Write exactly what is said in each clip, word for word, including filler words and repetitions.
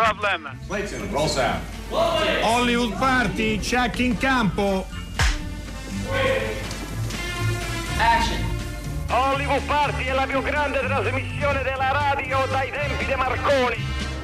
problem. Clayton, roll sound. Hollywood Party, check in campo. Action. Hollywood Party è la più grande trasmissione della radio dai tempi di Marconi.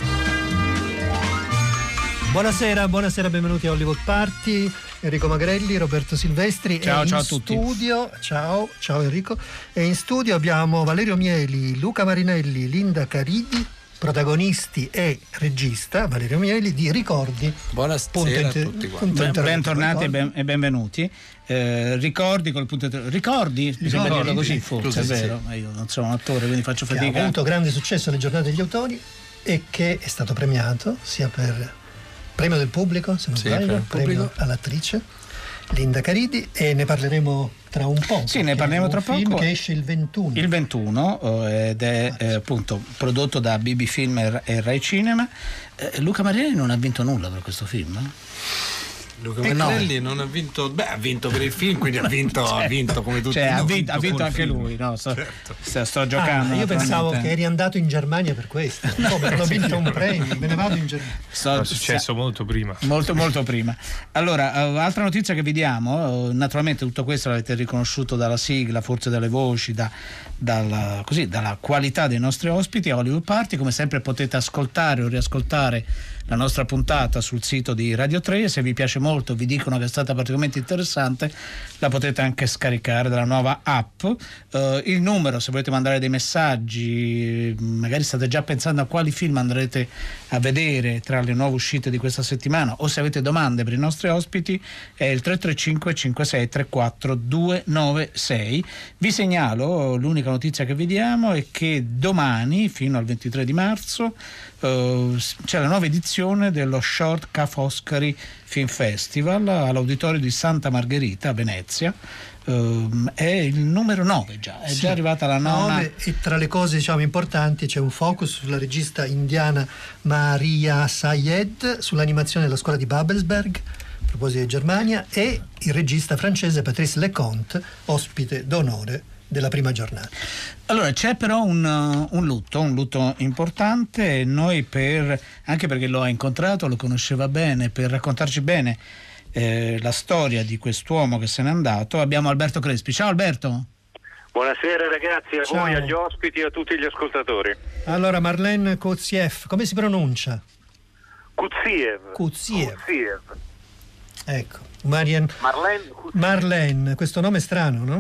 Buonasera, buonasera, benvenuti a Hollywood Party. Enrico Magrelli, Roberto Silvestri. Ciao, e ciao in a tutti. Studio, ciao, ciao Enrico. E in studio abbiamo Valerio Mieli, Luca Marinelli, Linda Caridi, protagonisti e regista Valerio Mieli di Ricordi. Buonasera a tutti quanti. Ben, bentornati e, ben, e benvenuti. Eh, ricordi col punto inter- ricordi? Bisogna dirlo così, forse, sì, è vero. sì. Io non sono un attore, quindi faccio Che fatica. ha avuto grande successo alle giornate degli autori e che è stato premiato sia per premio del pubblico, se non Sì, sbaglio, per il premio pubblico. all'attrice Linda Caridi, e ne parleremo tra un po'. Sì, ne parleremo tra un film poco. che esce il ventuno. Il ventuno eh, ed è eh, appunto prodotto da B B Film e, e Rai Cinema. Eh, Luca Marinelli non ha vinto nulla per questo film? Luca Eh, Marinelli non ha vinto, beh, ha vinto per il film, quindi ha vinto, Certo. ha vinto come tutti. Cioè, ha hanno vinto, ha vinto col anche film. lui, no? Sto, Certo. sto, sto giocando. Ah, io pensavo naturalmente. che eri andato in Germania per questo. Come non ho vinto un premio, me ne vado in Germania. Sto- È successo molto prima. Molto molto prima. Allora, eh, altra notizia che vi diamo, eh, naturalmente tutto questo l'avete riconosciuto dalla sigla, forse dalle voci, da, dalla, così, dalla qualità dei nostri ospiti. A Hollywood Party, come sempre, potete ascoltare o riascoltare la nostra puntata sul sito di Radio tre. Se vi piace molto, vi dicono che è stata particolarmente interessante, la potete anche scaricare dalla nuova app. Eh, il numero, se volete mandare dei messaggi, magari state già pensando a quali film andrete a vedere tra le nuove uscite di questa settimana, o se avete domande per i nostri ospiti, è il tre tre cinque cinque sei tre quattro due nove sei. Vi segnalo, l'unica notizia che vi diamo è che domani fino al ventitré di marzo Uh, c'è la nuova edizione dello Short Ca' Foscari Film Festival all'Auditorio di Santa Margherita a Venezia. Uh, è il numero nove già, è Sì, già arrivata la nona. nove, e tra le cose, diciamo, importanti c'è un focus sulla regista indiana Maria Sayed, sull'animazione della scuola di Babelsberg, a proposito di Germania, e il regista francese Patrice Leconte, ospite d'onore della prima giornata. Allora, c'è però un, uh, un lutto, un lutto importante. Noi, per, anche perché lo ha incontrato, lo conosceva bene, per raccontarci bene eh, la storia di quest'uomo che se n'è andato, abbiamo Alberto Crespi. Ciao Alberto. Buonasera ragazzi, a Ciao. voi, agli ospiti e a tutti gli ascoltatori. Allora, Marlène Koziev, come si pronuncia? Kuziev. Kuziev. Kuziev. Ecco, Marian Marlène Kuziev. Marlène, questo nome è strano, no?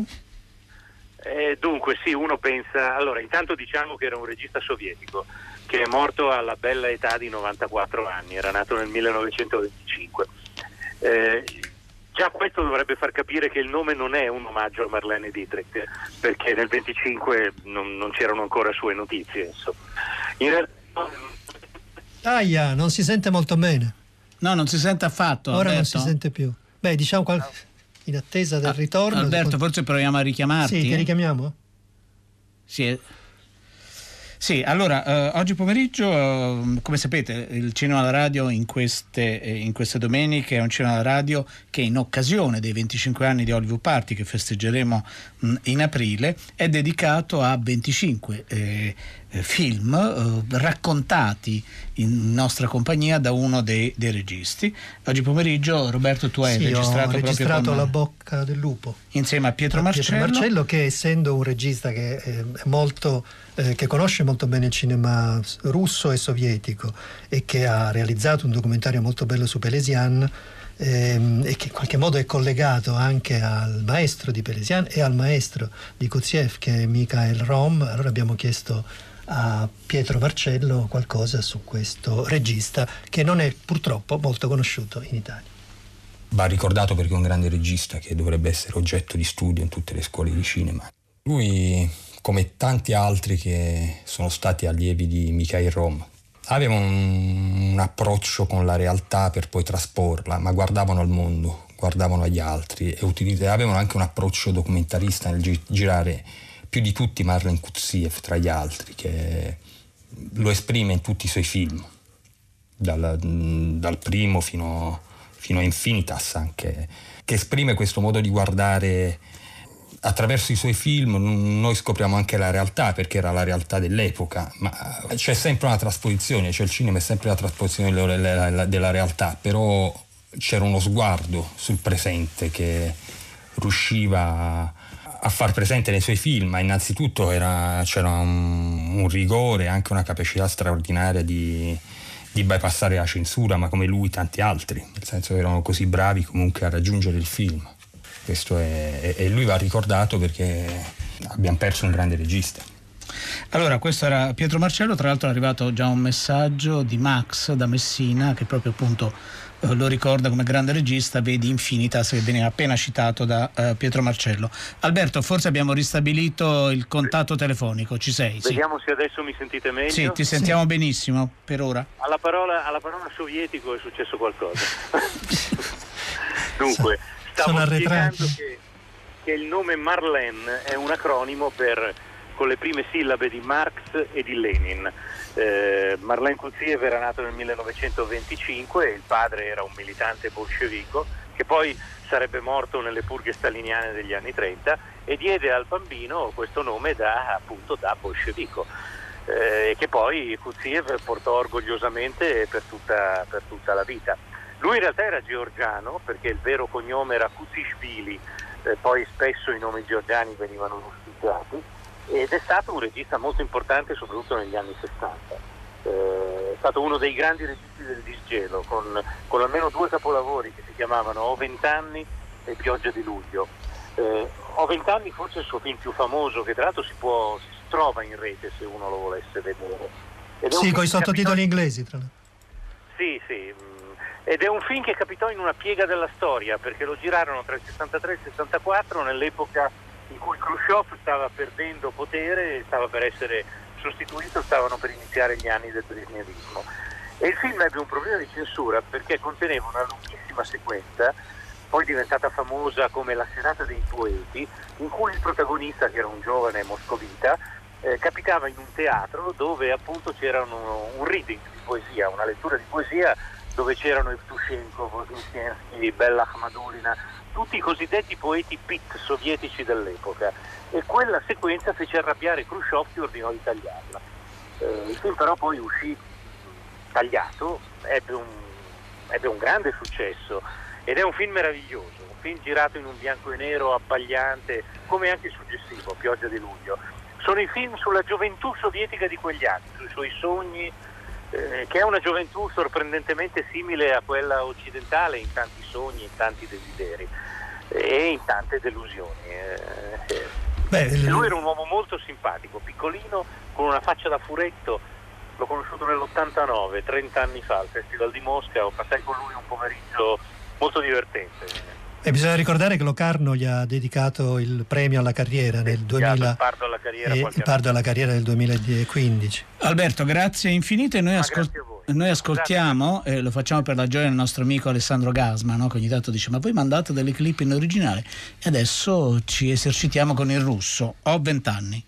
Eh, dunque sì, uno pensa, allora intanto diciamo che era un regista sovietico che è morto alla bella età di novantaquattro anni, era nato nel millenovecentoventicinque. Eh, già questo dovrebbe far capire che il nome non è un omaggio a Marlene Dietrich, perché nel venticinque non, non c'erano ancora sue notizie, insomma. In realtà Aia, non si sente molto bene. No, non si sente affatto. Ora non Alberto. si sente più. Beh, diciamo qual- in attesa del Ah, ritorno. Alberto, forse proviamo a richiamarti. Sì, ti richiamiamo? Sì, eh. Sì, allora, eh, oggi pomeriggio, eh, come sapete, il Cinema alla Radio in queste, eh, in queste domeniche è un Cinema alla Radio che, in occasione dei venticinque anni di Hollywood Party, che festeggeremo mh, in aprile, è dedicato a venticinque eh, eh, film eh, raccontati in nostra compagnia da uno dei, dei registi. Oggi pomeriggio, Roberto, tu hai Sì, registrato, ho proprio registrato con, La bocca del lupo. insieme a Pietro A Marcello. Pietro Marcello, che essendo un regista che è molto eh, che conosce molto bene il cinema russo e sovietico e che ha realizzato un documentario molto bello su Pelesian, ehm, e che in qualche modo è collegato anche al maestro di Pelesian e al maestro di Kuziev, che è Mikhail Rom. Allora abbiamo chiesto a Pietro Marcello qualcosa su questo regista che non è purtroppo molto conosciuto in Italia. Va ricordato perché è un grande regista che dovrebbe essere oggetto di studio in tutte le scuole di cinema. Lui, come tanti altri che sono stati allievi di Mikhail Rom, aveva un, un approccio con la realtà per poi trasporla, ma guardavano al mondo, guardavano agli altri e utilizz- avevano anche un approccio documentarista nel gi- girare più di tutti Marlene Kuziev tra gli altri, che lo esprime in tutti i suoi film, dal, dal primo fino, fino a Infinitas, anche, che esprime questo modo di guardare attraverso i suoi film noi scopriamo anche la realtà, perché era la realtà dell'epoca, ma c'è sempre una trasposizione, cioè il cinema è sempre la trasposizione della, della realtà, però c'era uno sguardo sul presente che riusciva a far presente nei suoi film, ma innanzitutto era, c'era un, un rigore, anche una capacità straordinaria di, di bypassare la censura, ma come lui tanti altri, nel senso che erano così bravi comunque a raggiungere il film. Questo è, e lui va ricordato perché abbiamo perso un grande regista. Allora, questo era Pietro Marcello. Tra l'altro è arrivato già un messaggio di Max da Messina che proprio appunto eh, lo ricorda come grande regista. Vedi Infinitas, che veniva appena citato da eh, Pietro Marcello. Alberto, forse abbiamo ristabilito il contatto telefonico, ci sei? Vediamo sì. se adesso mi sentite meglio. Sì, ti sentiamo sì. benissimo per ora. Alla parola, alla parola sovietico è successo qualcosa. Dunque, stavo spiegando che, che il nome Marlène è un acronimo per, con le prime sillabe di Marx e di Lenin. Eh, Marlène Kuziev era nato nel millenovecentoventicinque e il padre era un militante bolscevico che poi sarebbe morto nelle purghe staliniane degli anni trenta e diede al bambino questo nome da, appunto, da bolscevico, eh, che poi Kuziev portò orgogliosamente per tutta, per tutta la vita. Lui in realtà era georgiano, perché il vero cognome era Kuzishvili, eh, poi spesso i nomi georgiani venivano rusticati, ed è stato un regista molto importante soprattutto negli anni sessanta. Eh, è stato uno dei grandi registi del disgelo, con, con almeno due capolavori che si chiamavano Ho vent'anni e Pioggia di luglio. Eh, Ho vent'anni forse è il suo film più famoso, che tra l'altro si può si trova in rete se uno lo volesse vedere. Ed sì, con i sottotitoli capitò... inglesi tra l'altro. Sì, sì. Ed è un film che capitò in una piega della storia, perché lo girarono tra il sessantatré e il sessantaquattro, nell'epoca in cui Khrushchev stava perdendo potere, stava per essere sostituito, stavano per iniziare gli anni del brezhnevismo. E il film ebbe un problema di censura perché conteneva una lunghissima sequenza, poi diventata famosa come La serata dei poeti, in cui il protagonista, che era un giovane moscovita, eh, capitava in un teatro dove appunto c'era un, un reading di poesia, una lettura di poesia, dove c'erano Evtushenko, Voznitsenskij, Bella Ahmadulina, tutti i cosiddetti poeti P I T sovietici dell'epoca, e quella sequenza fece arrabbiare Khrushchev, che ordinò di tagliarla. Eh, il film però poi uscì tagliato, ebbe un, ebbe un grande successo ed è un film meraviglioso, un film girato in un bianco e nero abbagliante, come anche il successivo, Pioggia di luglio. Sono i film sulla gioventù sovietica di quegli anni, sui suoi sogni, Eh, che è una gioventù sorprendentemente simile a quella occidentale in tanti sogni, in tanti desideri eh, e in tante delusioni. Eh, eh. Beh, lui era un uomo molto simpatico, piccolino, con una faccia da furetto. L'ho conosciuto nell'ottantanove, trenta anni fa, al Festival di Mosca. Ho passato con lui un pomeriggio molto divertente. E bisogna ricordare che Locarno gli ha dedicato il premio alla carriera nel duemila, il Pardo alla carriera, e il Pardo alla carriera nel duemilaquindici. Alberto, grazie infinite. Noi, ascol- noi ascoltiamo, e eh, lo facciamo per la gioia del nostro amico Alessandro Gasma, no? Che ogni tanto dice: ma voi mandate delle clip in originale? E adesso ci esercitiamo con il russo. Ho vent'anni.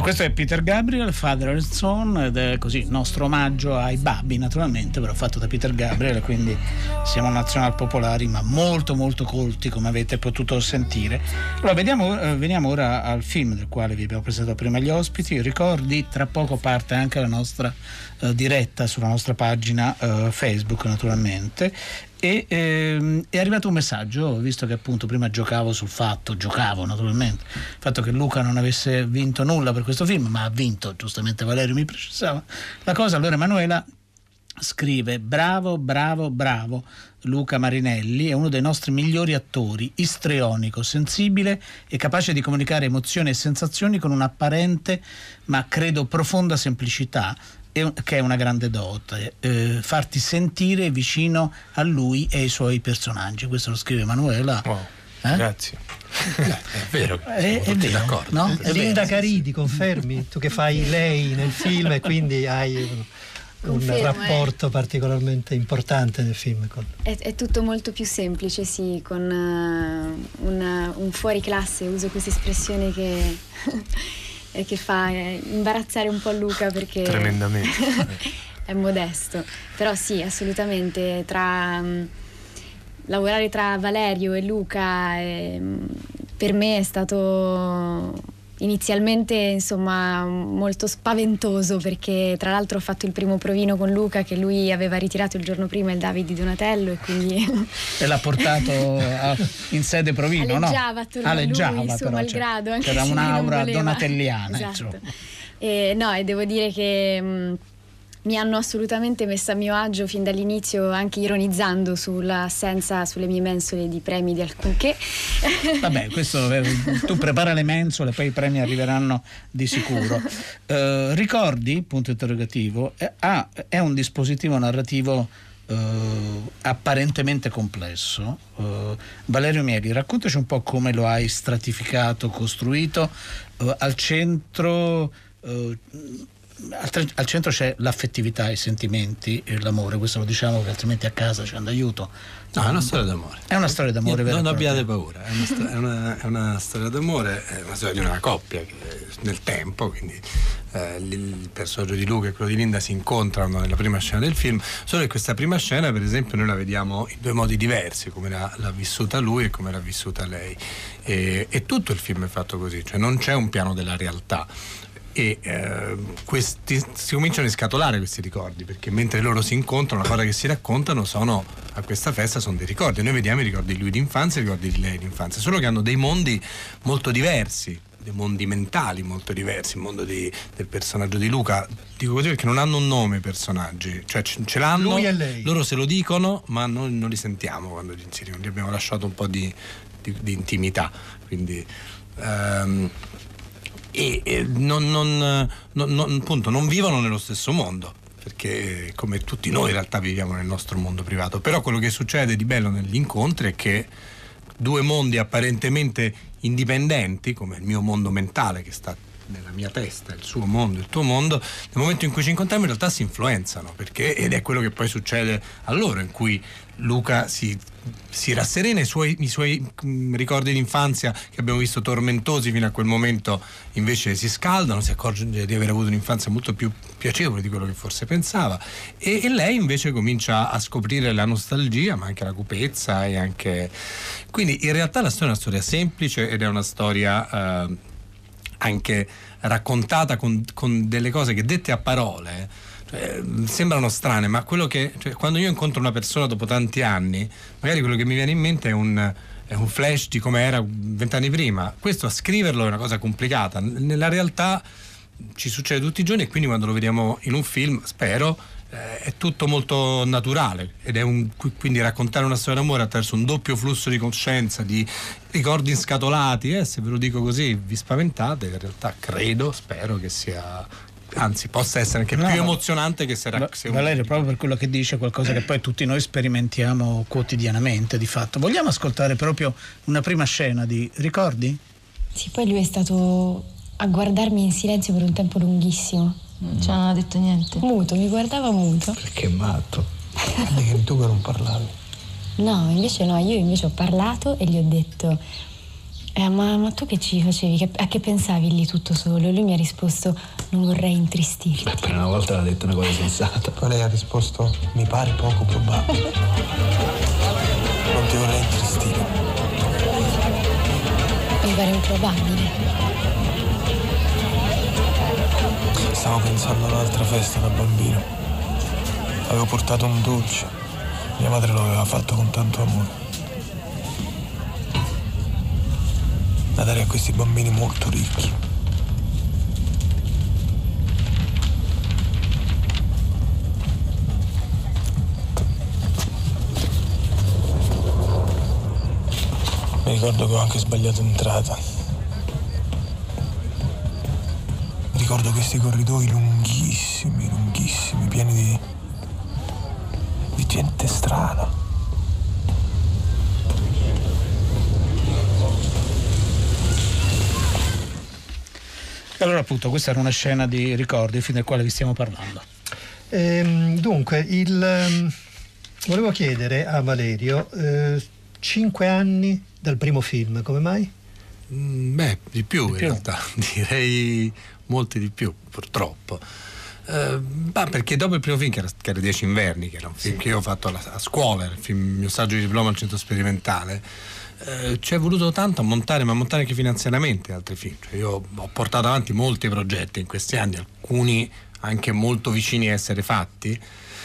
questo è Peter Gabriel, Father and Son, ed è così il nostro omaggio ai babbi, naturalmente, però fatto da Peter Gabriel, quindi siamo nazionalpopolari ma molto molto colti, come avete potuto sentire. Allora vediamo, eh, veniamo ora al film del quale vi abbiamo presentato prima gli ospiti. Ricordi, tra poco parte anche la nostra eh, diretta sulla nostra pagina eh, Facebook, naturalmente. E ehm, è arrivato un messaggio, visto che appunto prima giocavo sul fatto, giocavo naturalmente, il fatto che Luca non avesse vinto nulla per questo film, ma ha vinto, giustamente Valerio mi precisava la cosa. Allora Emanuela scrive: bravo, bravo, bravo, Luca Marinelli è uno dei nostri migliori attori, istrionico, sensibile e capace di comunicare emozioni e sensazioni con un'apparente ma credo profonda semplicità, che è una grande dote, eh, farti sentire vicino a lui e ai suoi personaggi. Questo lo scrive Emanuela. Wow, eh? Grazie. Eh, è vero, è, è vero, d'accordo. No? È Linda Caridi, confermi? Tu che fai lei nel film e quindi hai un, un Confermo, rapporto eh. particolarmente importante nel film. Con... È, è tutto molto più semplice, sì, con uh, una, un fuori classe, uso questa espressione che... e che fa imbarazzare un po' Luca perché tremendamente è modesto, però sì, assolutamente, tra um, lavorare tra Valerio e Luca eh, per me è stato inizialmente insomma molto spaventoso, perché tra l'altro ho fatto il primo provino con Luca che lui aveva ritirato il giorno prima il David di Donatello e quindi e l'ha portato a, in sede provino, aleggiava no? attorno Aleggiava, a lui, suo però, malgrado, anche c'era se un'aura non voleva. donatelliana, esatto. E, no, e devo dire che mh, mi hanno assolutamente messa a mio agio fin dall'inizio, anche ironizzando sull'assenza sulle mie mensole di premi di alcunché. Vabbè, questo eh, tu prepara le mensole, poi i premi arriveranno di sicuro. Eh, ricordi, punto interrogativo, eh, ah, è un dispositivo narrativo eh, apparentemente complesso. Eh, Valerio Mieli, raccontaci un po' come lo hai stratificato, costruito. Eh, al centro eh, al centro c'è l'affettività, i sentimenti e l'amore. Questo lo diciamo che altrimenti a casa ci hanno d'aiuto. No, è una storia d'amore. È una storia d'amore, non, vera non propria. abbiate paura, è una, sto- è, una, è una storia d'amore, è una storia di una coppia che nel tempo, quindi eh, il personaggio di Luca e quello di Linda si incontrano nella prima scena del film, solo che questa prima scena per esempio noi la vediamo in due modi diversi, come l'ha, l'ha vissuta lui e come l'ha vissuta lei, e, e tutto il film è fatto così, cioè non c'è un piano della realtà. E eh, questi, si cominciano a scatolare questi ricordi, perché mentre loro si incontrano la cosa che si raccontano sono, a questa festa sono dei ricordi, noi vediamo i ricordi di lui d'infanzia e i ricordi di lei d'infanzia, solo che hanno dei mondi molto diversi, dei mondi mentali molto diversi. Il mondo di, del personaggio di Luca, dico così perché non hanno un nome i personaggi, cioè ce, ce l'hanno, lui e lei. Loro se lo dicono ma noi non li sentiamo quando ci inseriamo, gli abbiamo lasciato un po' di, di, di intimità, quindi um, e, e non, non, non, non, appunto, non vivono nello stesso mondo, perché come tutti noi in realtà viviamo nel nostro mondo privato, però quello che succede di bello negli incontri è che due mondi apparentemente indipendenti, come il mio mondo mentale che sta nella mia testa, il suo mondo, il tuo mondo, nel momento in cui ci incontriamo in realtà si influenzano, perché ed è quello che poi succede a loro, in cui Luca si, si rasserena, i suoi, i suoi mh, ricordi d'infanzia che abbiamo visto tormentosi fino a quel momento invece si scaldano, si accorge di aver avuto un'infanzia molto più piacevole di quello che forse pensava, e, e lei invece comincia a scoprire la nostalgia ma anche la cupezza, e anche quindi in realtà la storia è una storia semplice ed è una storia eh, anche raccontata con, con delle cose che dette a parole cioè, sembrano strane, ma quello che cioè, quando io incontro una persona dopo tanti anni, magari quello che mi viene in mente è un, è un flash di come era vent'anni prima. Questo a scriverlo è una cosa complicata, nella realtà ci succede tutti i giorni, e quindi quando lo vediamo in un film, spero, eh, è tutto molto naturale, ed è un, quindi raccontare una storia d'amore attraverso un doppio flusso di coscienza, di ricordi inscatolati, eh, se ve lo dico così vi spaventate, in realtà credo, spero che sia, anzi possa essere anche no, più emozionante che se, ra- se Valerio, un... proprio per quello che dice, qualcosa che poi tutti noi sperimentiamo quotidianamente di fatto. Vogliamo ascoltare proprio una prima scena di Ricordi? Sì, poi lui è stato a guardarmi in silenzio per un tempo lunghissimo. Mm. Cioè non ha detto niente? Muto, mi guardava muto. Perché è matto? Perché tu che non parlavi? No, invece no, io invece ho parlato e gli ho detto: Eh, ma, ma tu che ci facevi? Che, a che pensavi lì tutto solo? Lui mi ha risposto: non vorrei intristirti. Beh, per una volta l'ha detto una cosa sensata. Poi lei ha risposto: mi pare poco probabile. Non ti vorrei intristire. Mi pare improbabile. Stavo pensando a un'altra festa da bambino. Avevo portato un dolce. Mia madre lo aveva fatto con tanto amore. Da dare a questi bambini molto ricchi. Mi ricordo che ho anche sbagliato entrata. Mi ricordo questi corridoi lunghissimi, lunghissimi, pieni di, di gente strana. Allora appunto questa era una scena di ricordi, il film del quale vi stiamo parlando. Ehm, dunque, il, um, volevo chiedere a Valerio, eh, cinque anni dal primo film, come mai? Mm, beh, di più Di in più. realtà, direi molti di più, purtroppo. Eh, ma perché dopo il primo film, che era, che era Dieci inverni, che era un film Sì. che io ho fatto alla- a scuola, era il film, il mio saggio di diploma al centro sperimentale, eh, ci è voluto tanto a montare, ma a montare anche finanziariamente altri film. Cioè, io ho portato avanti molti progetti in questi anni, alcuni anche molto vicini a essere fatti,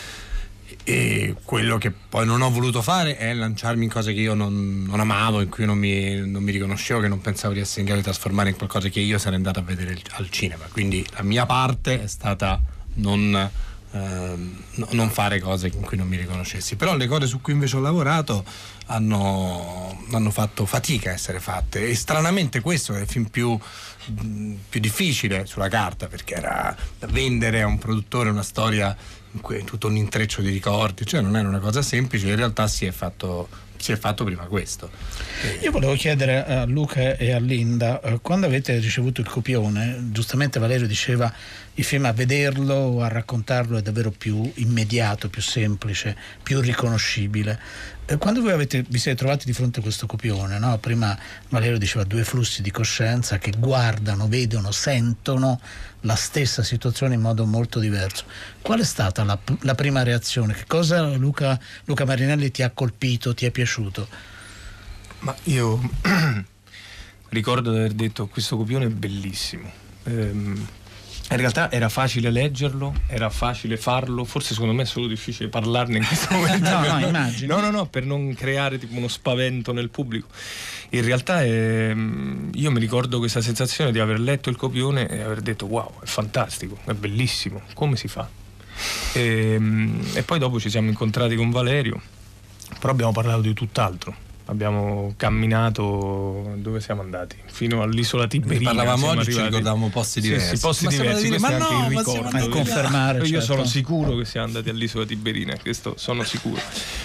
e quello che poi non ho voluto fare è lanciarmi in cose che io non, non amavo, in cui non mi, non mi riconoscevo, che non pensavo di essere in grado di trasformare in qualcosa che io sarei andato a vedere il- al cinema. Quindi la mia parte è stata non, ehm, no- non fare cose in cui non mi riconoscessi. Però le cose su cui invece ho lavorato hanno, hanno fatto fatica a essere fatte, e stranamente questo è il film più, mh, più difficile sulla carta, perché era da vendere a un produttore una storia in cui è tutto un intreccio di ricordi, cioè non era una cosa semplice, in realtà si è fatto, si è fatto prima questo. Io volevo chiedere a Luca e a Linda, eh, quando avete ricevuto il copione, giustamente Valerio diceva il film a vederlo o a raccontarlo è davvero più immediato, più semplice, più riconoscibile. Eh, Quando voi avete, vi siete trovati di fronte a questo copione, no? Prima Valerio diceva due flussi di coscienza che guardano, vedono, sentono la stessa situazione in modo molto diverso. Qual è stata la, la prima reazione? Che cosa, Luca, Luca Marinelli, ti ha colpito, ti è piaciuto? Ma io ricordo di aver detto: questo copione è bellissimo. Ehm, in realtà era facile leggerlo, era facile farlo, forse secondo me è solo difficile parlarne in questo momento. No, per no, non- immagino. No, no, no, per non creare tipo uno spavento nel pubblico. In realtà è, io mi ricordo questa sensazione di aver letto il copione e aver detto: wow, è fantastico, è bellissimo, come si fa? E, e poi dopo ci siamo incontrati con Valerio, però abbiamo parlato di tutt'altro. Abbiamo camminato, dove siamo andati? Fino all'isola Tiberina. Parlavamo siamo oggi, ci arrivati. ricordavamo posti Sì, diversi. sì, posti Ma sembra diversi, dire, questo ma è anche no, il ma ricordo. siamo a confermare, Io certo. sono sicuro che siamo andati all'isola Tiberina, questo sono sicuro.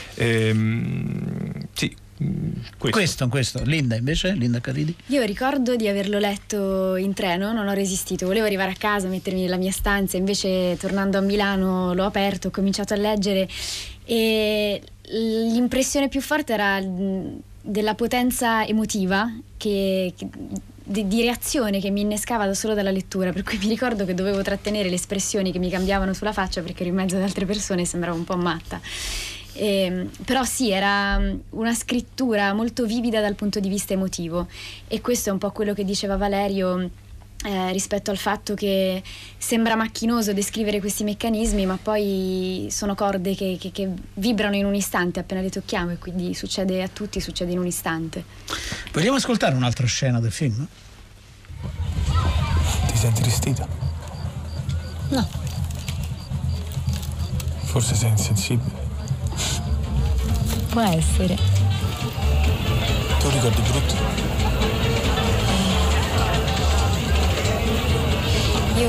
Ehm, sì, questo. Questo, questo. Linda invece, Linda Caridi? Io ricordo di averlo letto in treno, non ho resistito, volevo arrivare a casa, mettermi nella mia stanza, invece tornando a Milano l'ho aperto, ho cominciato a leggere e l'impressione più forte era mh, della potenza emotiva che, che- di, di reazione che mi innescava da solo dalla lettura, per cui mi ricordo che dovevo trattenere le espressioni che mi cambiavano sulla faccia perché ero in mezzo ad altre persone e sembravo un po' matta. E, però sì, era mm, una scrittura molto vivida dal punto di vista emotivo, e questo è un po' quello che diceva Valerio eh, rispetto al fatto che sembra macchinoso descrivere questi meccanismi, ma poi sono corde che, che, che vibrano in un istante appena le tocchiamo, e quindi succede a tutti, succede in un istante. Vogliamo ascoltare un'altra scena del film? Ti sei intristita? No. Forse sei insensibile. Può essere. Tu ricordi brutti? Io...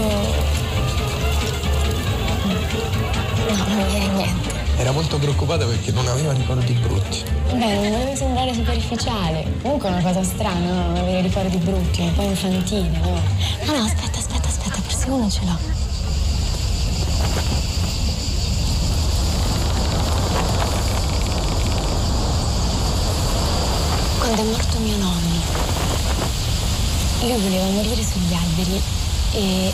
No, non mi viene niente. Era molto preoccupata perché non aveva ricordi brutti. Beh, non volevo sembrare superficiale. Comunque è una cosa strana, no? Avere ricordi brutti, un po' infantile, no? Ah no, aspetta, aspetta, aspetta, forse uno ce l'ho. Quando è morto mio nonno, lui voleva morire sugli alberi e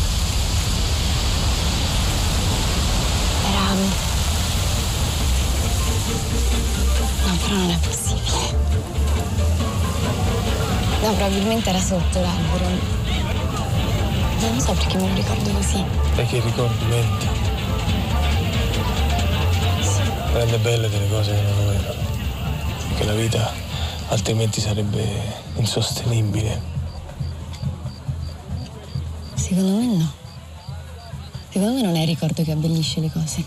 era... no, però non è possibile. No, probabilmente era sotto l'albero. Non lo so perché me lo ricordo così. Perché i ricordi mente. Sì. Rende belle delle cose che non lo erano. Perché la vita altrimenti sarebbe insostenibile. Secondo me no. Secondo me non è il ricordo che abbellisce le cose.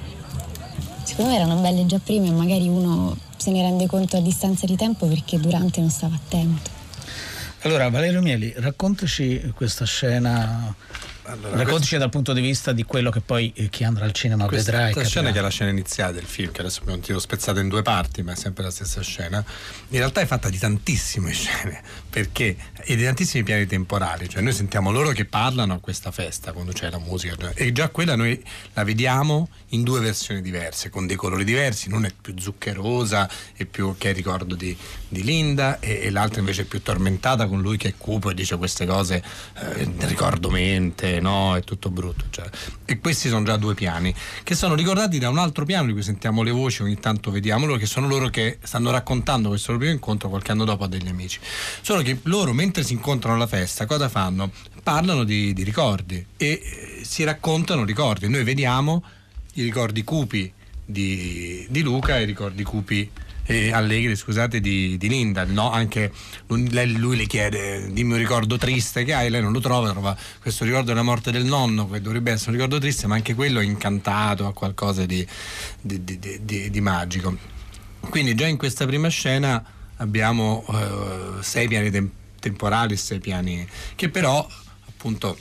Secondo me erano belle già prima e magari uno se ne rende conto a distanza di tempo perché durante non stava attento. Allora, Valerio Mieli, raccontaci questa scena, allora, raccontaci questo... dal punto di vista di quello che poi eh, chi andrà al cinema questa, vedrà. Questa scena che è la scena iniziale del film, che adesso abbiamo tirato spezzata in due parti, ma è sempre la stessa scena, in realtà è fatta di tantissime scene, perché e di tantissimi piani temporali, cioè noi sentiamo loro che parlano a questa festa quando c'è la musica, e già quella noi la vediamo in due versioni diverse, con dei colori diversi, non è più zuccherosa e più che ricordo di, di Linda, e, e l'altra invece è più tormentata con lui che è cupo e dice queste cose, eh, ricordo mente, no, è tutto brutto, cioè. E questi sono già due piani che sono ricordati da un altro piano di cui sentiamo le voci, ogni tanto vediamo loro che sono loro che stanno raccontando questo loro primo incontro qualche anno dopo a degli amici, solo che loro mentre si incontrano alla festa cosa fanno? Parlano di, di ricordi e eh, si raccontano ricordi, noi vediamo i ricordi cupi di, di Luca e i ricordi cupi e allegri, scusate, di, di Linda, no? Anche lui, lei, lui le chiede dimmi un ricordo triste che hai, lei non lo trova, trova questo ricordo della morte del nonno che dovrebbe essere un ricordo triste, ma anche quello è incantato a qualcosa di, di, di, di, di, di magico. Quindi già in questa prima scena abbiamo uh, sei piani tem- temporali, sei piani che però appunto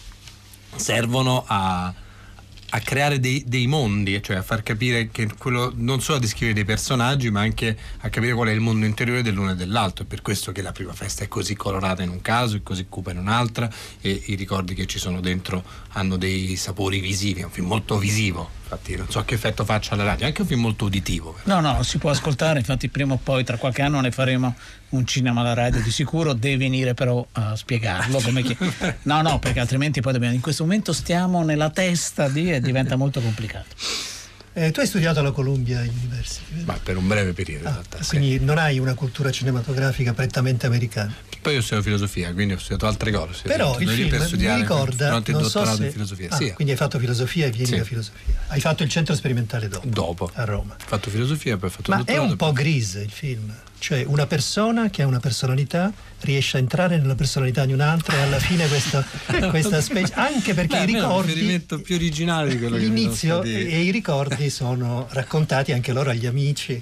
servono a a creare dei, dei mondi, cioè a far capire che quello non solo a descrivere dei personaggi, ma anche a capire qual è il mondo interiore dell'uno e dell'altro. È per questo che la prima festa è così colorata in un caso e così cupa in un altro, e i ricordi che ci sono dentro hanno dei sapori visivi. È un film molto visivo, infatti non so che effetto faccia alla radio, è anche un film molto uditivo. No, no, si può ascoltare, infatti prima o poi tra qualche anno ne faremo un cinema alla radio di sicuro, devi venire però a spiegarlo come chi... no no perché altrimenti poi dobbiamo, in questo momento stiamo nella testa di e diventa molto complicato. Eh, tu hai studiato alla Columbia University? Ma per un breve periodo, ah, in realtà, quindi sì. Non hai una cultura cinematografica prettamente americana. Poi io ho studiato filosofia, quindi ho studiato altre cose. Però il film per studiare, mi ricorda, durante il non dottorato so se... in filosofia. Ah, sì. Quindi hai fatto filosofia e vieni sì. da filosofia. Hai fatto il centro sperimentale dopo. Dopo. A Roma. Ho fatto filosofia, poi ho fatto Ma il dottorato. è un po' grise il film. Cioè una persona che ha una personalità riesce a entrare nella personalità di un'altra e alla fine questa, questa specie, anche perché Beh, i ricordi, è un riferimento più originale di quello l'inizio che e, e i ricordi sono raccontati anche loro agli amici,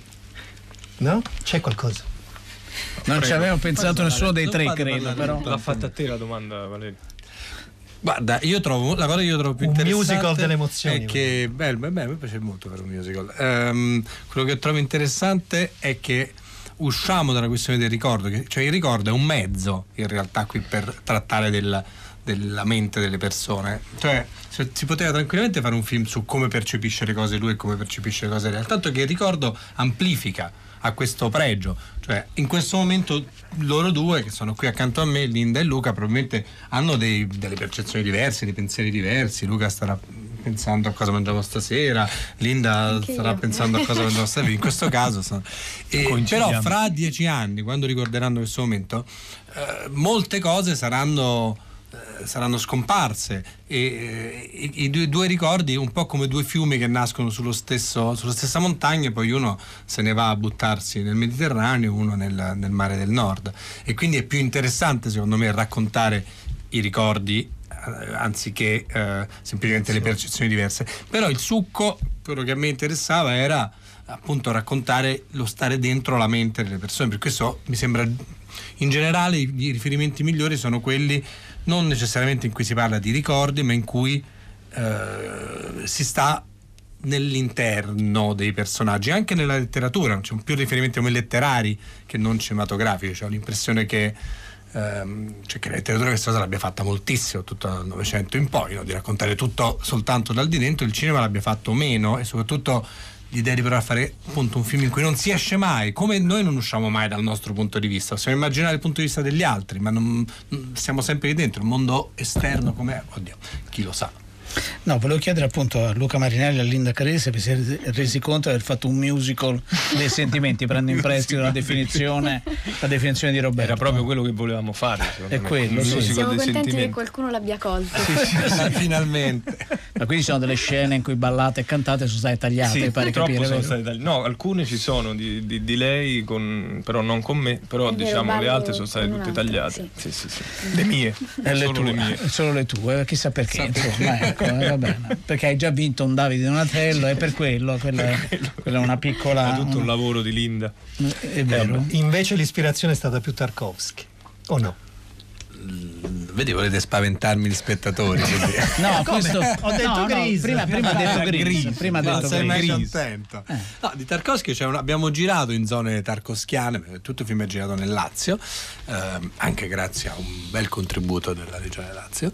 no? C'è qualcosa? Non Prego. ci avevo pensato nessuno dei tre, credo, credo, però L'ha fatta a te la domanda, Valerio. Guarda, io trovo la cosa che io trovo più un interessante musical delle emozioni è che beh, beh, beh, mi piace molto fare un musical. Um, quello che trovo interessante è che usciamo dalla questione del ricordo, che, cioè il ricordo è un mezzo in realtà qui per trattare del, della mente delle persone, cioè si poteva tranquillamente fare un film su come percepisce le cose lui e come percepisce le cose reali, tanto che il ricordo amplifica, ha questo pregio, cioè in questo momento loro due che sono qui accanto a me, Linda e Luca, probabilmente hanno dei, delle percezioni diverse, dei pensieri diversi. Luca starà pensando a cosa mangiamo stasera, Linda Anche starà io. pensando a cosa mangiamo stasera, in questo caso sono... e, però fra dieci anni, quando ricorderanno questo momento, eh, molte cose saranno eh, saranno scomparse e eh, i, i due, due ricordi un po' come due fiumi che nascono sullo stesso, sulla stessa montagna, poi uno se ne va a buttarsi nel Mediterraneo, uno nel, nel mare del nord, e quindi è più interessante secondo me raccontare i ricordi anziché eh, semplicemente le percezioni diverse. Però il succo, quello che a me interessava era appunto raccontare lo stare dentro la mente delle persone, per questo mi sembra in generale i, i riferimenti migliori sono quelli non necessariamente in cui si parla di ricordi, ma in cui eh, si sta nell'interno dei personaggi. Anche nella letteratura c'è un più riferimenti come letterari che non cinematografici. Ho l'impressione che ehm, cioè che la letteratura questa cosa l'abbia fatta moltissimo tutto dal Novecento in poi, no? Di raccontare tutto soltanto dal di dentro. Il cinema l'abbia fatto meno, e soprattutto l'idea di provare a fare appunto un film in cui non si esce mai, come noi non usciamo mai dal nostro punto di vista, possiamo immaginare il punto di vista degli altri, ma non, siamo sempre lì dentro, il mondo esterno com'è, oddio, chi lo sa. No, volevo chiedere appunto a Luca Marinelli e a Linda Carese se vi siete resi conto di aver fatto un musical dei sentimenti, prendo in prestito la definizione, la definizione di Roberto. Era proprio quello che volevamo fare. È me. quello, sì. Siamo contenti che qualcuno l'abbia colto. Sì, sì, sì, finalmente. Ma quindi ci sono delle scene in cui ballate e cantate sono state tagliate, sì, pare capire, sono state tagli- no, alcune ci sono di, di, di lei, con, però non con me, però È diciamo vero, le altre sono state tutte altra, tagliate. sì. Sì, sì, sì. Le mie, e le solo tue, le mie. solo le tue, chissà perché, insomma, ecco, eh, va bene. Perché hai già vinto un Davide Donatello e per quello, quella è, quella è una piccola. È tutto un una... lavoro di Linda. È vero. Invece l'ispirazione è stata più Tarkovsky, o no? Vedi, volete spaventarmi gli spettatori. No, questo ho detto no, Gris. No, prima, prima ha detto Gris, Gris. prima ha No, detto sei mai Gris. contento. Eh. No, di Tarkovsky c'è un, abbiamo girato in zone tarkovskiane, tutto il film è girato nel Lazio, ehm, anche grazie a un bel contributo della regione Lazio,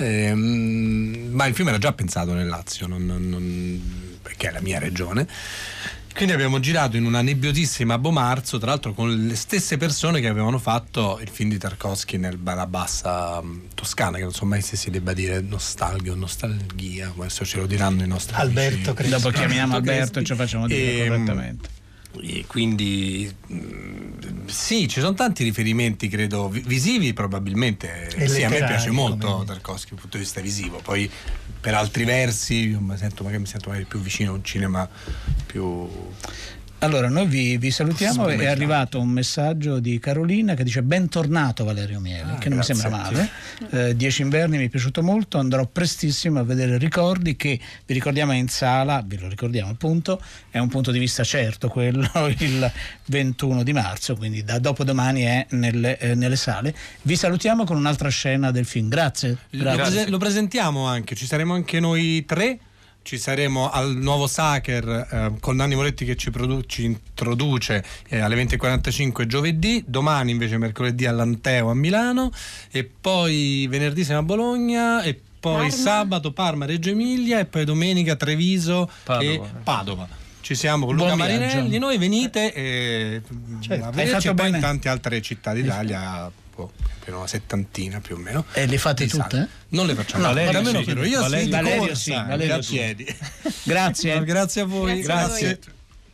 ehm, ma il film era già pensato nel Lazio, non, non, non, perché è la mia regione. Quindi abbiamo girato in una nebbiosissima Bomarzo, tra l'altro con le stesse persone che avevano fatto il film di Tarkovsky nella bassa um, Toscana, che non so mai se si debba dire nostalgia o nostalgia, adesso ce lo diranno i nostri Alberto amici. Dopo chiamiamo Alberto Alberto e ci facciamo dire E, correttamente. E quindi mh, sì, ci sono tanti riferimenti, credo, vi- visivi probabilmente. E sì, a me letterari, piace molto come- Tarkovsky dal punto di vista visivo, poi per altri versi io mi sento, magari mi sento magari più vicino a un cinema più... Allora, noi vi, vi salutiamo. È Spumeggiante. arrivato un messaggio di Carolina che dice: bentornato Valerio Miele, Ah, che non mi grazie, sembra male. Eh, Dieci inverni mi è piaciuto molto, andrò prestissimo a vedere Ricordi, che vi ricordiamo è in sala, ve lo ricordiamo appunto, è un punto di vista certo quello, il ventuno di marzo, quindi da dopodomani è nelle, eh, nelle sale. Vi salutiamo con un'altra scena del film. Grazie. Lo, Grazie. prese- lo presentiamo anche, ci saremo anche noi tre. Ci saremo al nuovo Sacher eh, con Nanni Moretti che ci, produ- ci introduce eh, alle venti e quarantacinque giovedì, domani invece mercoledì all'Anteo a Milano e poi venerdì siamo a Bologna e poi Parma. sabato Parma, Reggio Emilia e poi domenica Treviso Padova. e Padova. Ci siamo con Buon Luca viaggio. Marinelli, noi venite e Certo. a Hai vederci fatto e poi bene. in tante altre città d'Italia, boh, più una settantina più o meno. E le fate di sale. tutte? Non le facciamo. No, Valerio, Valerio sì, sì. io Valerio- sì, di Valerio corsa, sì, anche Valerio a sì. piedi. Grazie. Grazie a voi. Grazie a voi.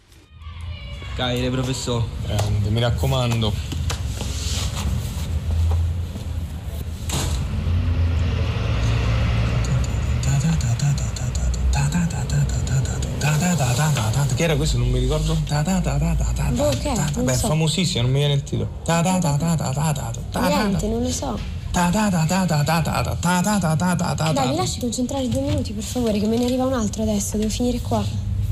Caire, professore. Grande, mi raccomando. Che era questo? Non mi ricordo. Boh, che è? Non Beh, è so. famosissimo, non mi viene il titolo. Niente, non lo so. Dai, mi lasci concentrare due minuti, per favore, che me ne arriva un altro adesso, devo finire qua.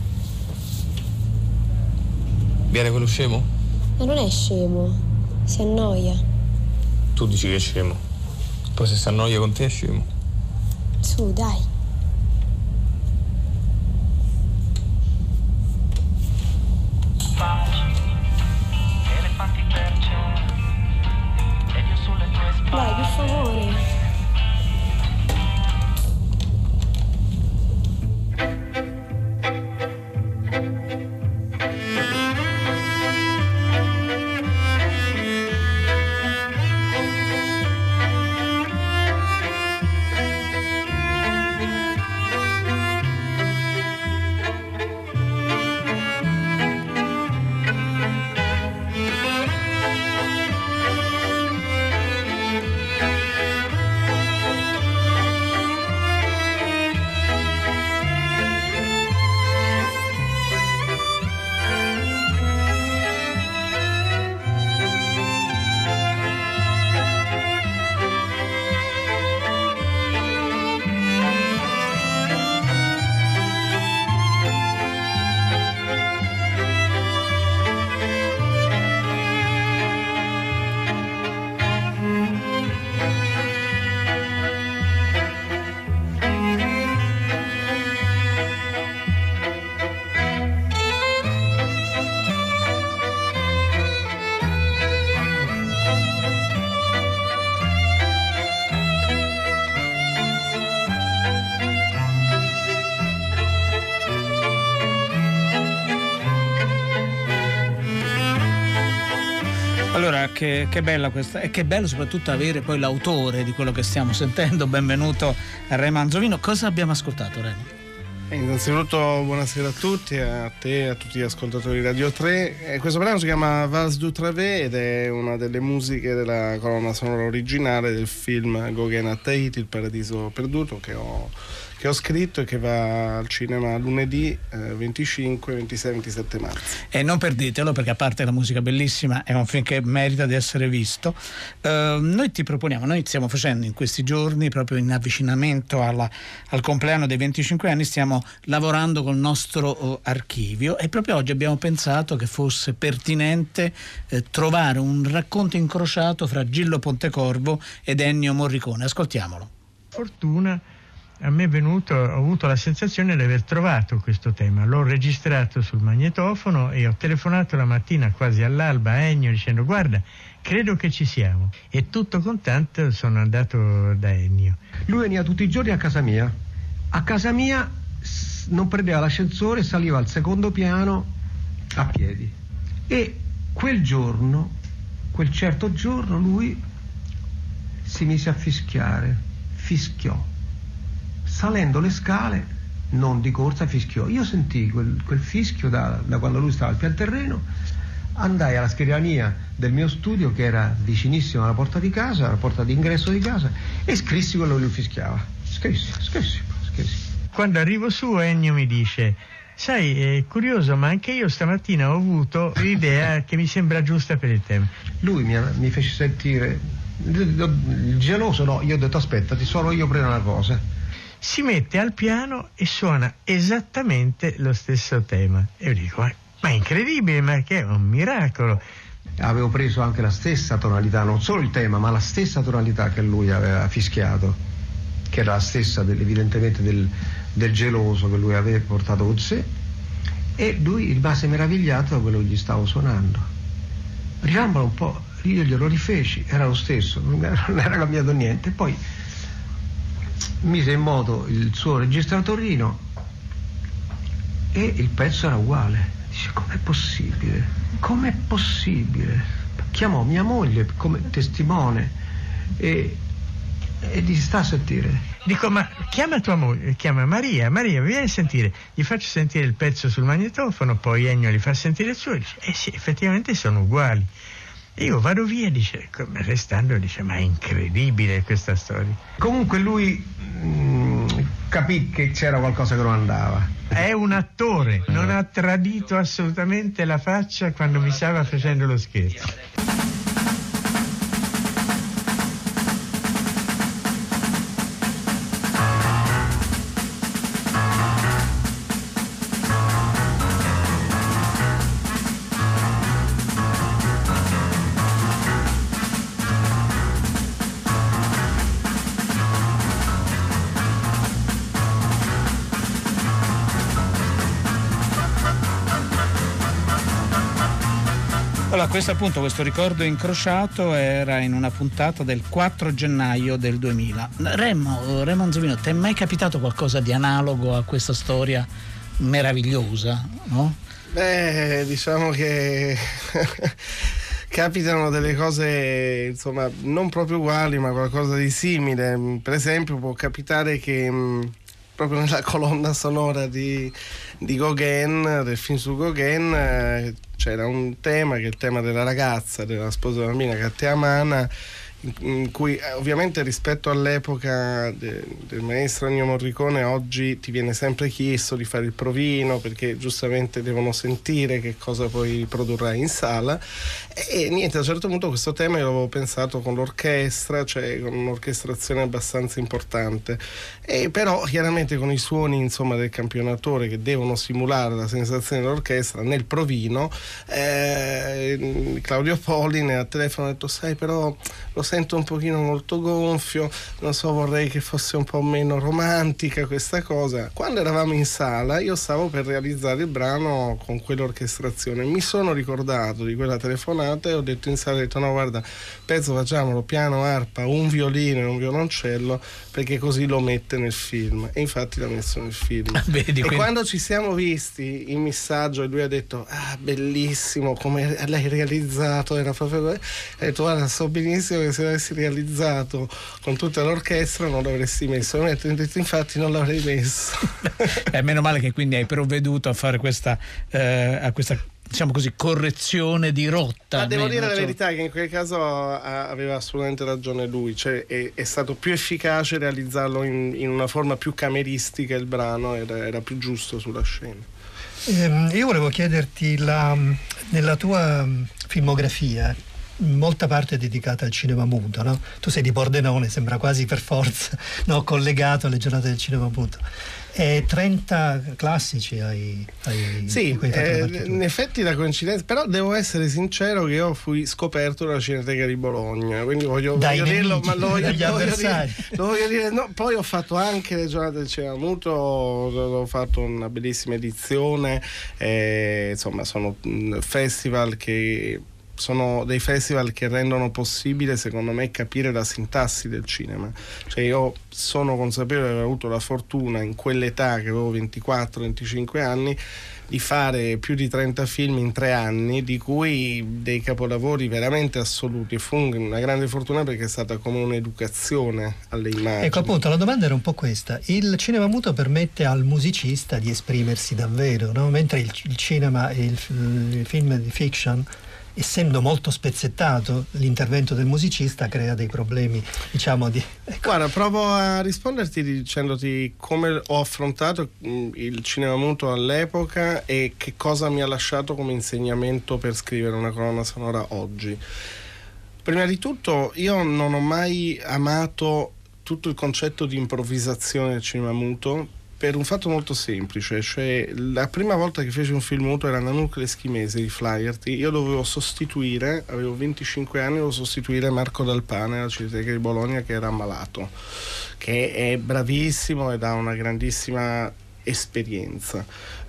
Viene quello scemo? Ma non è scemo, si annoia. Tu dici che è scemo. Poi se si annoia con te è scemo. Su, dai. Dai, per favore. Allora, che, che bella questa, e che bello soprattutto avere poi l'autore di quello che stiamo sentendo. Benvenuto a Remo Manzovino. Cosa abbiamo ascoltato, Remo? Eh, innanzitutto buonasera a tutti, a te e a tutti gli ascoltatori di Radio tre. Eh, questo brano si chiama Vals du Travers ed è una delle musiche della colonna sonora originale del film Gauguin a Tahiti, Il paradiso perduto, che ho che ho scritto e che va al cinema lunedì eh, venticinque, ventisei, ventisette marzo. E non perdetelo, perché a parte la musica bellissima è un film che merita di essere visto. Uh, noi ti proponiamo, noi stiamo facendo in questi giorni, proprio in avvicinamento alla, al compleanno dei venticinque anni, stiamo lavorando col nostro uh, archivio, e proprio oggi abbiamo pensato che fosse pertinente eh, trovare un racconto incrociato fra Gillo Pontecorvo ed Ennio Morricone. Ascoltiamolo. Fortuna, a me è venuto, ho avuto la sensazione di aver trovato questo tema, l'ho registrato sul magnetofono e ho telefonato la mattina quasi all'alba a Ennio dicendo: guarda, credo che ci siamo, e tutto contento sono andato da Ennio. Lui veniva tutti i giorni a casa mia, a casa mia non prendeva l'ascensore, saliva al secondo piano a piedi, e quel giorno, quel certo giorno, lui si mise a fischiare, fischiò. Salendo le scale, non di corsa, fischiò. Io sentii quel, quel fischio da, da quando lui stava al pian terreno, andai alla scrivania del mio studio, che era vicinissimo alla porta di casa, alla porta d'ingresso di casa, e scrissi quello che lui fischiava. Scrissi, scrissi, scrissi. Quando arrivo su, Ennio mi dice: sai, è curioso, ma anche io stamattina ho avuto l'idea che mi sembra giusta per il tema. Lui mi, mi fece sentire il geloso, no, io ho detto: aspettati, solo io prendo una cosa. Si mette al piano e suona esattamente lo stesso tema. E io dico: ma, ma è incredibile, ma che è un miracolo. Avevo preso anche la stessa tonalità, non solo il tema, ma la stessa tonalità che lui aveva fischiato, che era la stessa del, evidentemente del, del geloso che lui aveva portato con sé, e lui rimase meravigliato da quello che gli stavo suonando. Riambolo un po', io glielo rifeci, era lo stesso, non era, non era cambiato niente. Poi mise in moto il suo registratorino e il pezzo era uguale. Dice: com'è possibile? Com'è possibile? Chiamò mia moglie come testimone e, e gli sta a sentire. Dico: ma chiama tua moglie, chiama Maria, Maria vieni a sentire. Gli faccio sentire il pezzo sul magnetofono, poi Ennio gli fa sentire il suo e dice: eh sì, effettivamente sono uguali. Io vado via, dice, restando, dice: ma è incredibile questa storia. Comunque lui mh, capì che c'era qualcosa che non andava. È un attore, non ha tradito assolutamente la faccia quando mi stava facendo lo scherzo. Allora, questo appunto, questo ricordo incrociato era in una puntata del quattro gennaio del duemila. Remo, Remo Manzovino, ti è mai capitato qualcosa di analogo a questa storia meravigliosa, no? Beh, diciamo che capitano delle cose, insomma, non proprio uguali, ma qualcosa di simile. Per esempio, può capitare che mh, proprio nella colonna sonora di, di Gauguin, del film su Gauguin, eh, c'era un tema che è il tema della ragazza, della sposa bambina Catteamana, in, in cui eh, ovviamente rispetto all'epoca de, del maestro Ennio Morricone oggi ti viene sempre chiesto di fare il provino, perché giustamente devono sentire che cosa poi produrrai in sala, e, e niente, a un certo punto questo tema io l'avevo pensato con l'orchestra, cioè con un'orchestrazione abbastanza importante, e però chiaramente con i suoni, insomma, del campionatore che devono simulare la sensazione dell'orchestra nel provino, eh, Claudio Polline al telefono ha detto: sai, però lo sento un pochino molto gonfio, non so, vorrei che fosse un po' meno romantica questa cosa. Quando eravamo in sala io stavo per realizzare il brano con quell'orchestrazione, mi sono ricordato di quella telefonata e ho detto in sala, ho detto no guarda, pezzo facciamolo piano, arpa, un violino e un violoncello, perché così lo mette nel film, e infatti l'ha messo nel film. Vedi, e quindi... quando ci siamo visti in missaggio e lui ha detto ah bellissimo come l'hai realizzato, era proprio così, ha detto guarda so benissimo che se l'avessi realizzato con tutta l'orchestra non l'avresti messo, ho detto infatti non l'avrei messo. Eh, meno male che quindi hai provveduto a fare questa eh, a questa diciamo così correzione di rotta. Ma devo almeno, dire la cioè... verità che in quel caso aveva assolutamente ragione lui, cioè è, è stato più efficace realizzarlo in, in una forma più cameristica, il brano era, era più giusto sulla scena. Eh, io volevo chiederti, la, nella tua filmografia molta parte è dedicata al cinema muto, no? Tu sei di Pordenone, sembra quasi per forza, no, collegato alle giornate del cinema muto. E trenta classici hai, hai sì, eh, in effetti la coincidenza, però devo essere sincero che io fui scoperto dalla Cineteca di Bologna, quindi voglio, Dai voglio nemici, dirlo, ma lo voglio, dagli lo voglio avversari. dire, lo voglio dire no, poi ho fatto anche le giornate del cinema muto, ho fatto una bellissima edizione, eh, insomma sono festival che sono dei festival che rendono possibile, secondo me, capire la sintassi del cinema. Cioè io sono consapevole di aver avuto la fortuna in quell'età, che avevo ventiquattro venticinque anni, di fare più di trenta film in tre anni, di cui dei capolavori veramente assoluti. Fu una grande fortuna perché è stata come un'educazione alle immagini. Ecco, appunto, la domanda era un po' questa. Il cinema muto permette al musicista di esprimersi davvero, no? Mentre il, il cinema e il, il film di fiction, essendo molto spezzettato, l'intervento del musicista crea dei problemi, diciamo di... Ecco. Guarda, provo a risponderti dicendoti come ho affrontato il cinema muto all'epoca e che cosa mi ha lasciato come insegnamento per scrivere una colonna sonora oggi. Prima di tutto, io non ho mai amato tutto il concetto di improvvisazione del cinema muto, per un fatto molto semplice, cioè la prima volta che feci un film muto era Nanook l'Eschimese di Flaherty. Io dovevo sostituire, avevo venticinque anni, dovevo sostituire Marco Dalpane alla Cineteca di Bologna, che era ammalato, che è bravissimo ed ha una grandissima esperienza.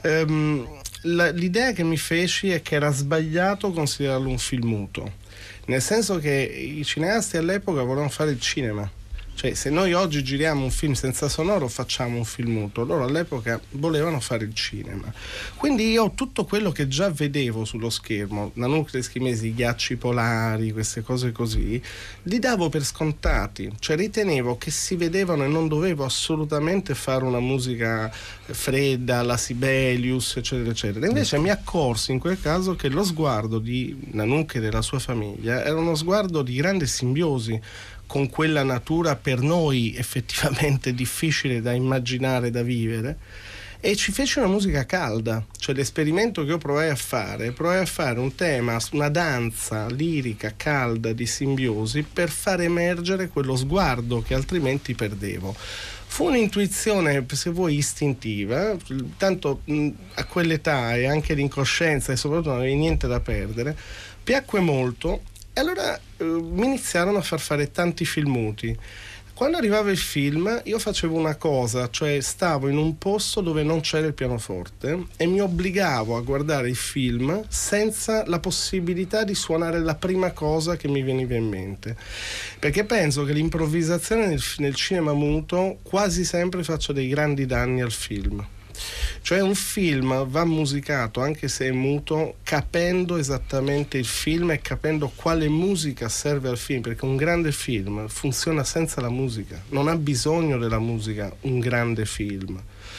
Um, la, l'idea che mi feci è che era sbagliato considerarlo un film muto, nel senso che i cineasti all'epoca volevano fare il cinema. Cioè, se noi oggi giriamo un film senza sonoro facciamo un film muto, loro all'epoca volevano fare il cinema. Quindi io tutto quello che già vedevo sullo schermo, Nanook l'Eschimese, i ghiacci polari, queste cose così, li davo per scontati, cioè ritenevo che si vedevano e non dovevo assolutamente fare una musica fredda, la Sibelius, eccetera, eccetera. Invece mi accorsi in quel caso che lo sguardo di Nanook e della sua famiglia era uno sguardo di grande simbiosi con quella natura per noi effettivamente difficile da immaginare, da vivere, e ci fece una musica calda. Cioè l'esperimento che io provai a fare, provai a fare un tema, una danza lirica calda di simbiosi per far emergere quello sguardo che altrimenti perdevo. Fu un'intuizione, se vuoi, istintiva, tanto mh, a quell'età e anche l'incoscienza e soprattutto non avevi niente da perdere, piacque molto. E allora eh, mi iniziarono a far fare tanti film muti. Quando arrivava il film io facevo una cosa, cioè stavo in un posto dove non c'era il pianoforte e mi obbligavo a guardare il film senza la possibilità di suonare la prima cosa che mi veniva in mente, perché penso che l'improvvisazione nel, nel cinema muto quasi sempre faccia dei grandi danni al film. Cioè un film va musicato, anche se è muto, capendo esattamente il film e capendo quale musica serve al film, perché un grande film funziona senza la musica, non ha bisogno della musica un grande film.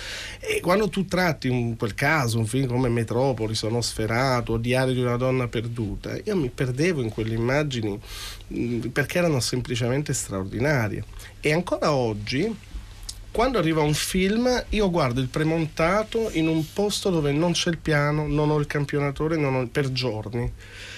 E quando tu tratti in quel caso un film come Metropolis o Nosferatu o Diario di una donna perduta, io mi perdevo in quelle immagini perché erano semplicemente straordinarie. E ancora oggi, quando arriva un film, io guardo il premontato in un posto dove non c'è il piano, non ho il campionatore, non ho, per giorni.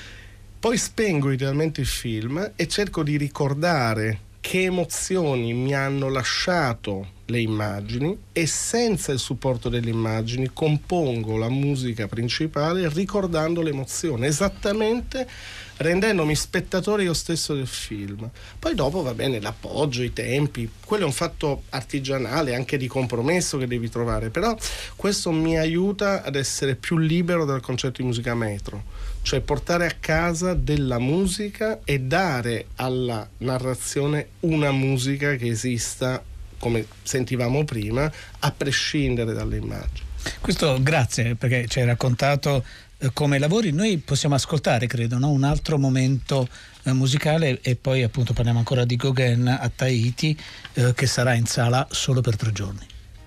Poi spengo idealmente il film e cerco di ricordare che emozioni mi hanno lasciato le immagini e senza il supporto delle immagini compongo la musica principale ricordando l'emozione, esattamente rendendomi spettatore io stesso del film. Poi dopo va bene l'appoggio, i tempi, quello è un fatto artigianale, anche di compromesso che devi trovare, però questo mi aiuta ad essere più libero dal concetto di musica metro, cioè portare a casa della musica e dare alla narrazione una musica che esista, come sentivamo prima, a prescindere dalle immagini. Questo grazie, perché ci hai raccontato eh, come lavori. Noi possiamo ascoltare, credo, no? un altro momento eh, musicale e poi appunto parliamo ancora di Gauguin a Tahiti, eh, che sarà in sala solo per tre giorni.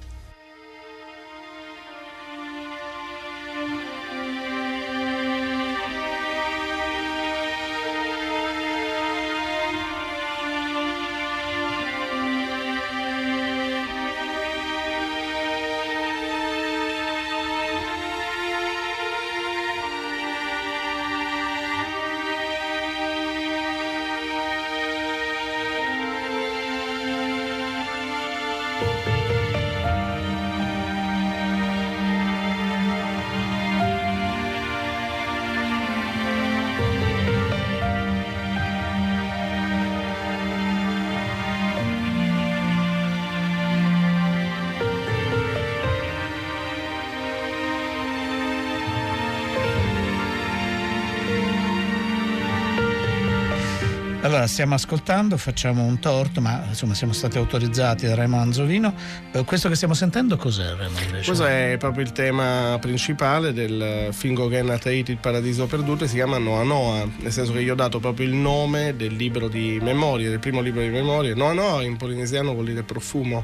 Allora stiamo ascoltando, facciamo un torto, ma insomma siamo stati autorizzati da Remo Anzovino. Eh, questo che stiamo sentendo cos'è, Remo, invece? Questo è proprio il tema principale del film Gauguin a Tahiti, il paradiso perduto, e si chiama Noa Noa, nel senso che io ho dato proprio il nome del libro di memorie, del primo libro di memorie. Noa Noa in polinesiano vuol dire profumo.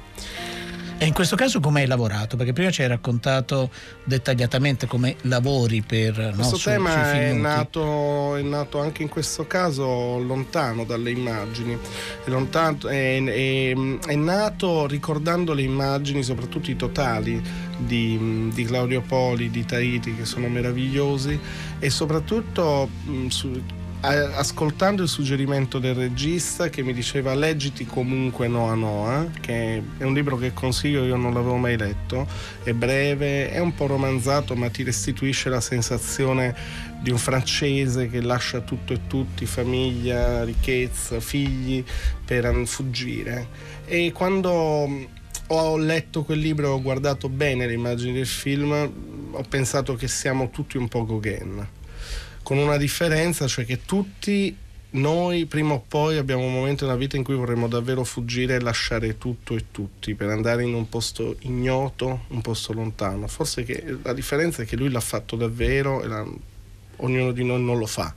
E in questo caso come hai lavorato? Perché prima ci hai raccontato dettagliatamente come lavori per questo no, su, tema sui è film nato, è nato anche in questo caso lontano dalle immagini, è, lontano, è, è, è nato ricordando le immagini, soprattutto i totali di, di Claudio Poli, di Tahiti, che sono meravigliosi, e soprattutto mh, su, ascoltando il suggerimento del regista che mi diceva leggiti comunque Noa Noa, che è un libro che consiglio, io non l'avevo mai letto, è breve, è un po' romanzato, ma ti restituisce la sensazione di un francese che lascia tutto e tutti, famiglia, ricchezza, figli, per fuggire. E quando ho letto quel libro e ho guardato bene le immagini del film, ho pensato che siamo tutti un po' Gauguin, con una differenza, cioè che tutti noi prima o poi abbiamo un momento nella vita in cui vorremmo davvero fuggire e lasciare tutto e tutti per andare in un posto ignoto, un posto lontano. Forse che la differenza è che lui l'ha fatto davvero e la, ognuno di noi non lo fa.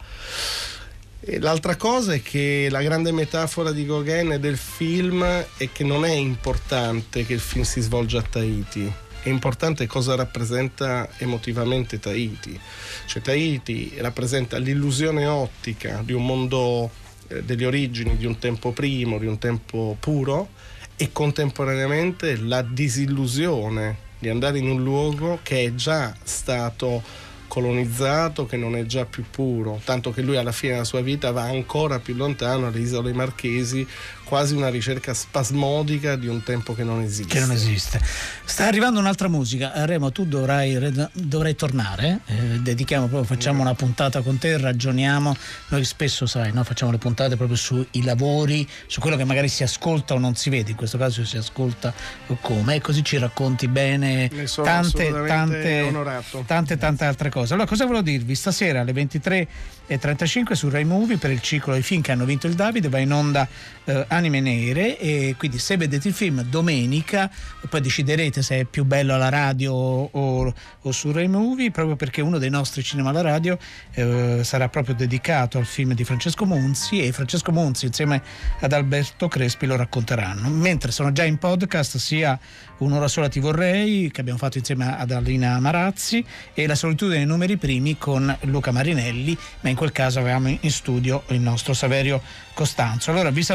E l'altra cosa è che la grande metafora di Gauguin e del film è che non è importante che il film si svolga a Tahiti, è importante cosa rappresenta emotivamente Tahiti. Cioè Tahiti rappresenta l'illusione ottica di un mondo eh, delle origini, di un tempo primo, di un tempo puro, e contemporaneamente la disillusione di andare in un luogo che è già stato colonizzato, che non è già più puro, tanto che lui alla fine della sua vita va ancora più lontano, alle isole Marchesi, quasi una ricerca spasmodica di un tempo che non esiste. Che non esiste. Sta arrivando un'altra musica. Remo, tu dovrai, dovrai tornare, eh, dedichiamo proprio, facciamo una puntata con te, ragioniamo. Noi spesso, sai, no, facciamo le puntate proprio sui lavori, su quello che magari si ascolta o non si vede, in questo caso si ascolta come, e così ci racconti bene tante tante, onorato. tante tante altre cose. Allora, cosa volevo dirvi? Stasera alle ventitré e trentacinque su Rai Movie, per il ciclo dei film che hanno vinto il Davide, va in onda eh, Anime Nere, e quindi se vedete il film domenica poi deciderete se è più bello alla radio o, o su Rai Movie, proprio perché uno dei nostri cinema alla radio eh, sarà proprio dedicato al film di Francesco Monzi, e Francesco Monzi insieme ad Alberto Crespi lo racconteranno, mentre sono già in podcast sia Un'ora sola ti vorrei, che abbiamo fatto insieme ad Alina Marazzi, e La solitudine nei numeri primi con Luca Marinelli, ma in quel caso avevamo in studio il nostro Saverio Costanzo. Allora vi saluto da tutte le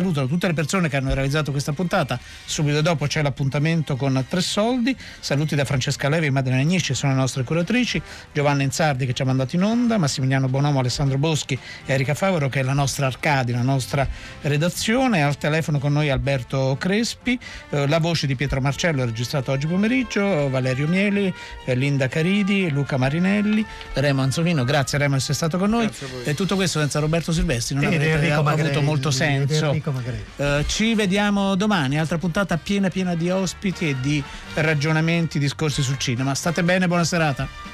le persone che hanno realizzato questa puntata. Subito dopo c'è l'appuntamento con Tre Soldi. Saluti da Francesca Levi e Madeleine Agnisci, sono le nostre curatrici, Giovanna Inzardi che ci ha mandato in onda, Massimiliano Bonomo, Alessandro Boschi e Erika Favaro che è la nostra Arcadi, la nostra redazione. Al telefono con noi Alberto Crespi, eh, la voce di Pietro Marcello registrato oggi pomeriggio, Valerio Mieli, eh, Linda Caridi, Luca Marinelli, Remo Anzolino. Grazie Remo di essere stato con noi. E tutto questo senza Roberto Silvestri non avrebbe avuto molto senso. Eh, ci vediamo domani, altra puntata piena piena di ospiti e di ragionamenti, discorsi sul cinema. State bene, buona serata.